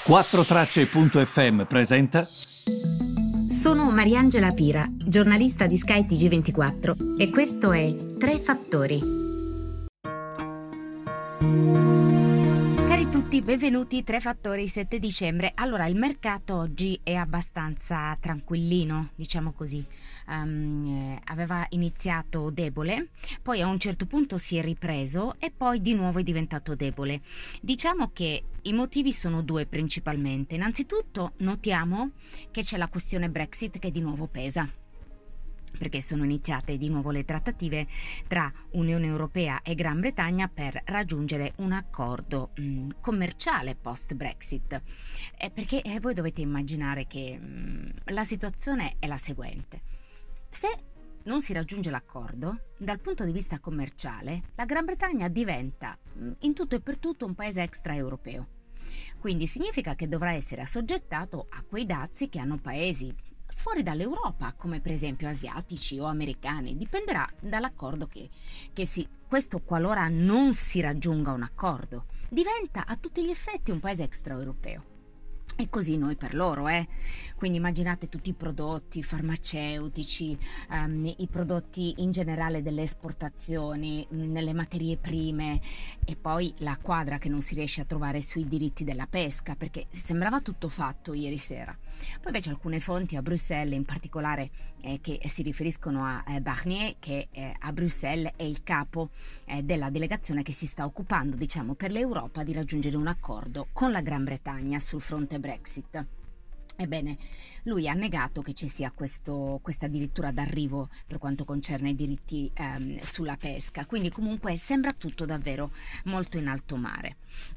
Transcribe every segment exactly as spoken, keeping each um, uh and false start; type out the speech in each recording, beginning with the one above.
quattro tracce punto effe emme presenta. Sono Mariangela Pira, giornalista di Sky T G ventiquattro e questo è Tre Fattori. Cari tutti, benvenuti. Tre Fattori, sette dicembre. Allora, il mercato oggi è abbastanza tranquillino, diciamo così. Um, eh, aveva iniziato debole, poi a un certo punto si è ripreso e poi di nuovo è diventato debole. Diciamo che i motivi sono due principalmente. Innanzitutto notiamo che c'è la questione Brexit che di nuovo pesa, perché sono iniziate di nuovo le trattative tra Unione Europea e Gran Bretagna per raggiungere un accordo mh, commerciale post-Brexit. Eh, perché eh, voi dovete immaginare che mh, la situazione è la seguente. Se non si raggiunge l'accordo, dal punto di vista commerciale, la Gran Bretagna diventa mh, in tutto e per tutto un paese extraeuropeo. Quindi significa che dovrà essere assoggettato a quei dazi che hanno paesi fuori dall'Europa, come per esempio asiatici o americani. Dipenderà dall'accordo che, che si... Questo qualora non si raggiunga un accordo. Diventa a tutti gli effetti un paese extraeuropeo. E così noi per loro, eh. Quindi immaginate tutti i prodotti farmaceutici, um, i prodotti in generale delle esportazioni, nelle materie prime e poi la quadra che non si riesce a trovare sui diritti della pesca, perché sembrava tutto fatto ieri sera. Poi invece alcune fonti a Bruxelles, in particolare eh, che si riferiscono a eh, Barnier, che eh, a Bruxelles è il capo eh, della delegazione che si sta occupando, diciamo, per l'Europa di raggiungere un accordo con la Gran Bretagna sul fronte Brexit. Ebbene, lui ha negato che ci sia questo, questa addirittura d'arrivo per quanto concerne i diritti ehm, sulla pesca, quindi comunque sembra tutto davvero molto in alto mare.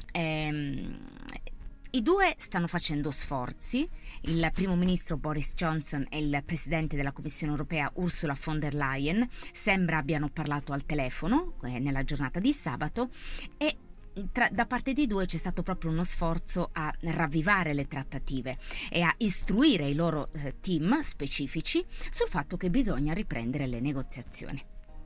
Ehm, I due stanno facendo sforzi, il primo ministro Boris Johnson e il presidente della Commissione europea Ursula von der Leyen sembra abbiano parlato al telefono eh, nella giornata di sabato e Tra, da parte dei due c'è stato proprio uno sforzo a ravvivare le trattative e a istruire i loro eh, team specifici sul fatto che bisogna riprendere le negoziazioni.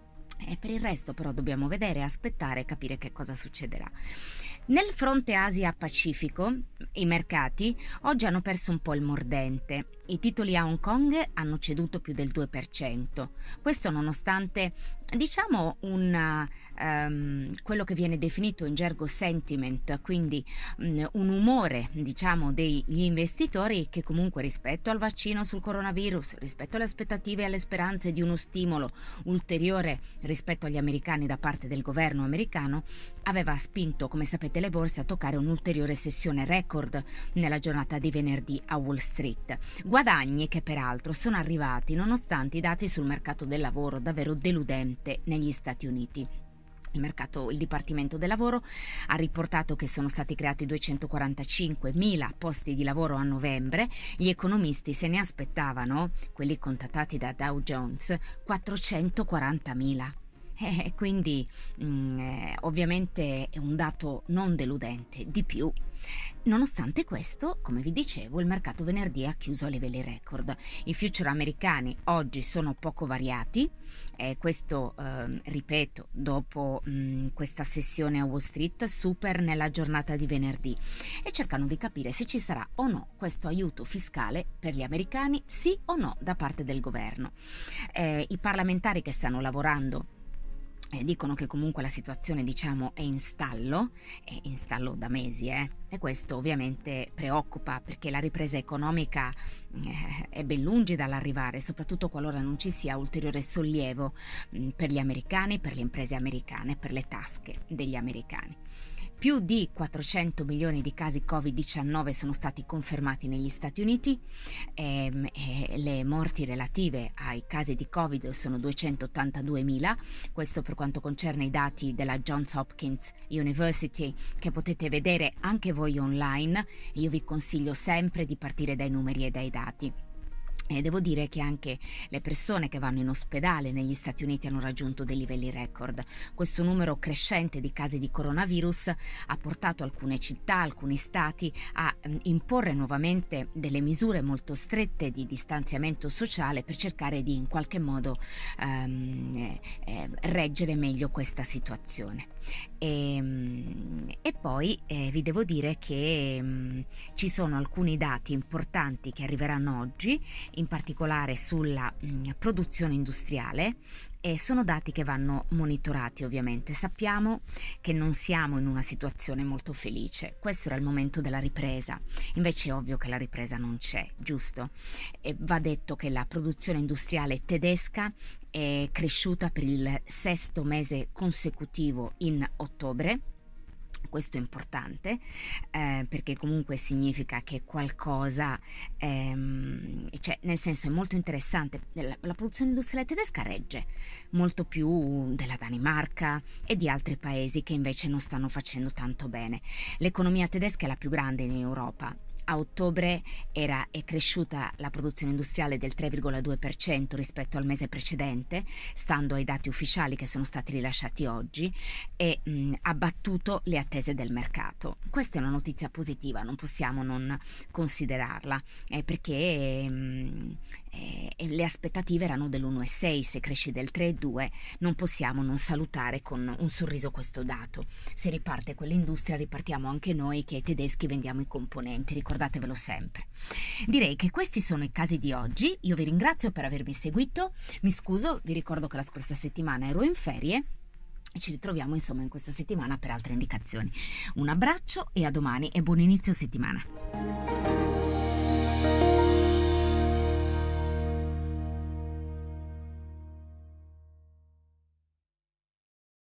E per il resto però dobbiamo vedere, aspettare e capire che cosa succederà. Nel fronte Asia-Pacifico i mercati oggi hanno perso un po' il mordente. I titoli a Hong Kong hanno ceduto più del due per cento. Questo nonostante, diciamo, un, um, quello che viene definito in gergo sentiment, quindi um, un umore, diciamo, degli investitori che comunque rispetto al vaccino sul coronavirus, rispetto alle aspettative e alle speranze di uno stimolo ulteriore rispetto agli americani da parte del governo americano, aveva spinto, come sapete, le borse a toccare un'ulteriore sessione record nella giornata di venerdì a Wall Street. Guadagni che peraltro sono arrivati nonostante i dati sul mercato del lavoro davvero deludente negli Stati Uniti. Il mercato, il Dipartimento del Lavoro ha riportato che sono stati creati duecentoquarantacinquemila posti di lavoro a novembre. Gli economisti se ne aspettavano, quelli contattati da Dow Jones, quattrocentoquarantamila. Eh, quindi mh, eh, ovviamente è un dato non deludente, di più. Nonostante questo, come vi dicevo, il mercato venerdì ha chiuso a livelli record. I future americani oggi sono poco variati, eh, questo eh, ripeto dopo mh, questa sessione a Wall Street, super nella giornata di venerdì, e cercano di capire se ci sarà o no questo aiuto fiscale per gli americani, sì o no, da parte del governo. Eh, i parlamentari che stanno lavorando Eh, dicono che comunque la situazione, diciamo, è in stallo, è in stallo da mesi, eh? E questo ovviamente preoccupa perché la ripresa economica eh, è ben lungi dall'arrivare, soprattutto qualora non ci sia ulteriore sollievo mh, per gli americani, per le imprese americane, per le tasche degli americani. Più di quattrocento milioni di casi covid diciannove sono stati confermati negli Stati Uniti, ehm, e le morti relative ai casi di Covid sono duecentottantaduemila, questo per quanto concerne i dati della Johns Hopkins University, che potete vedere anche voi online. Io vi consiglio sempre di partire dai numeri e dai dati. E devo dire che anche le persone che vanno in ospedale negli Stati Uniti hanno raggiunto dei livelli record. Questo numero crescente di casi di coronavirus ha portato alcune città, alcuni stati a mm, imporre nuovamente delle misure molto strette di distanziamento sociale per cercare di in qualche modo ehm, eh, eh, reggere meglio questa situazione. E, mm, e poi eh, vi devo dire che mm, ci sono alcuni dati importanti che arriveranno oggi, in particolare sulla mh, produzione industriale, e sono dati che vanno monitorati ovviamente. Sappiamo che non siamo in una situazione molto felice, questo era il momento della ripresa, invece è ovvio che la ripresa non c'è, giusto? E va detto che la produzione industriale tedesca è cresciuta per il sesto mese consecutivo in ottobre. Questo è importante eh, perché comunque significa che qualcosa, ehm, cioè nel senso è molto interessante, la, la produzione industriale tedesca regge molto più della Danimarca e di altri paesi che invece non stanno facendo tanto bene. L'economia tedesca è la più grande in Europa. A ottobre era, è cresciuta la produzione industriale del tre virgola due per cento rispetto al mese precedente, stando ai dati ufficiali che sono stati rilasciati oggi, e mh, ha battuto le attese del mercato. Questa è una notizia positiva, non possiamo non considerarla, eh, perché mh, eh, le aspettative erano dell'uno virgola sei, se cresce del tre virgola due non possiamo non salutare con un sorriso questo dato. Se riparte quell'industria, ripartiamo anche noi che ai tedeschi vendiamo i componenti, ricordatevelo sempre. Direi che questi sono i casi di oggi, io vi ringrazio per avermi seguito, mi scuso, vi ricordo che la scorsa settimana ero in ferie e ci ritroviamo insomma in questa settimana per altre indicazioni. Un abbraccio e a domani e buon inizio settimana.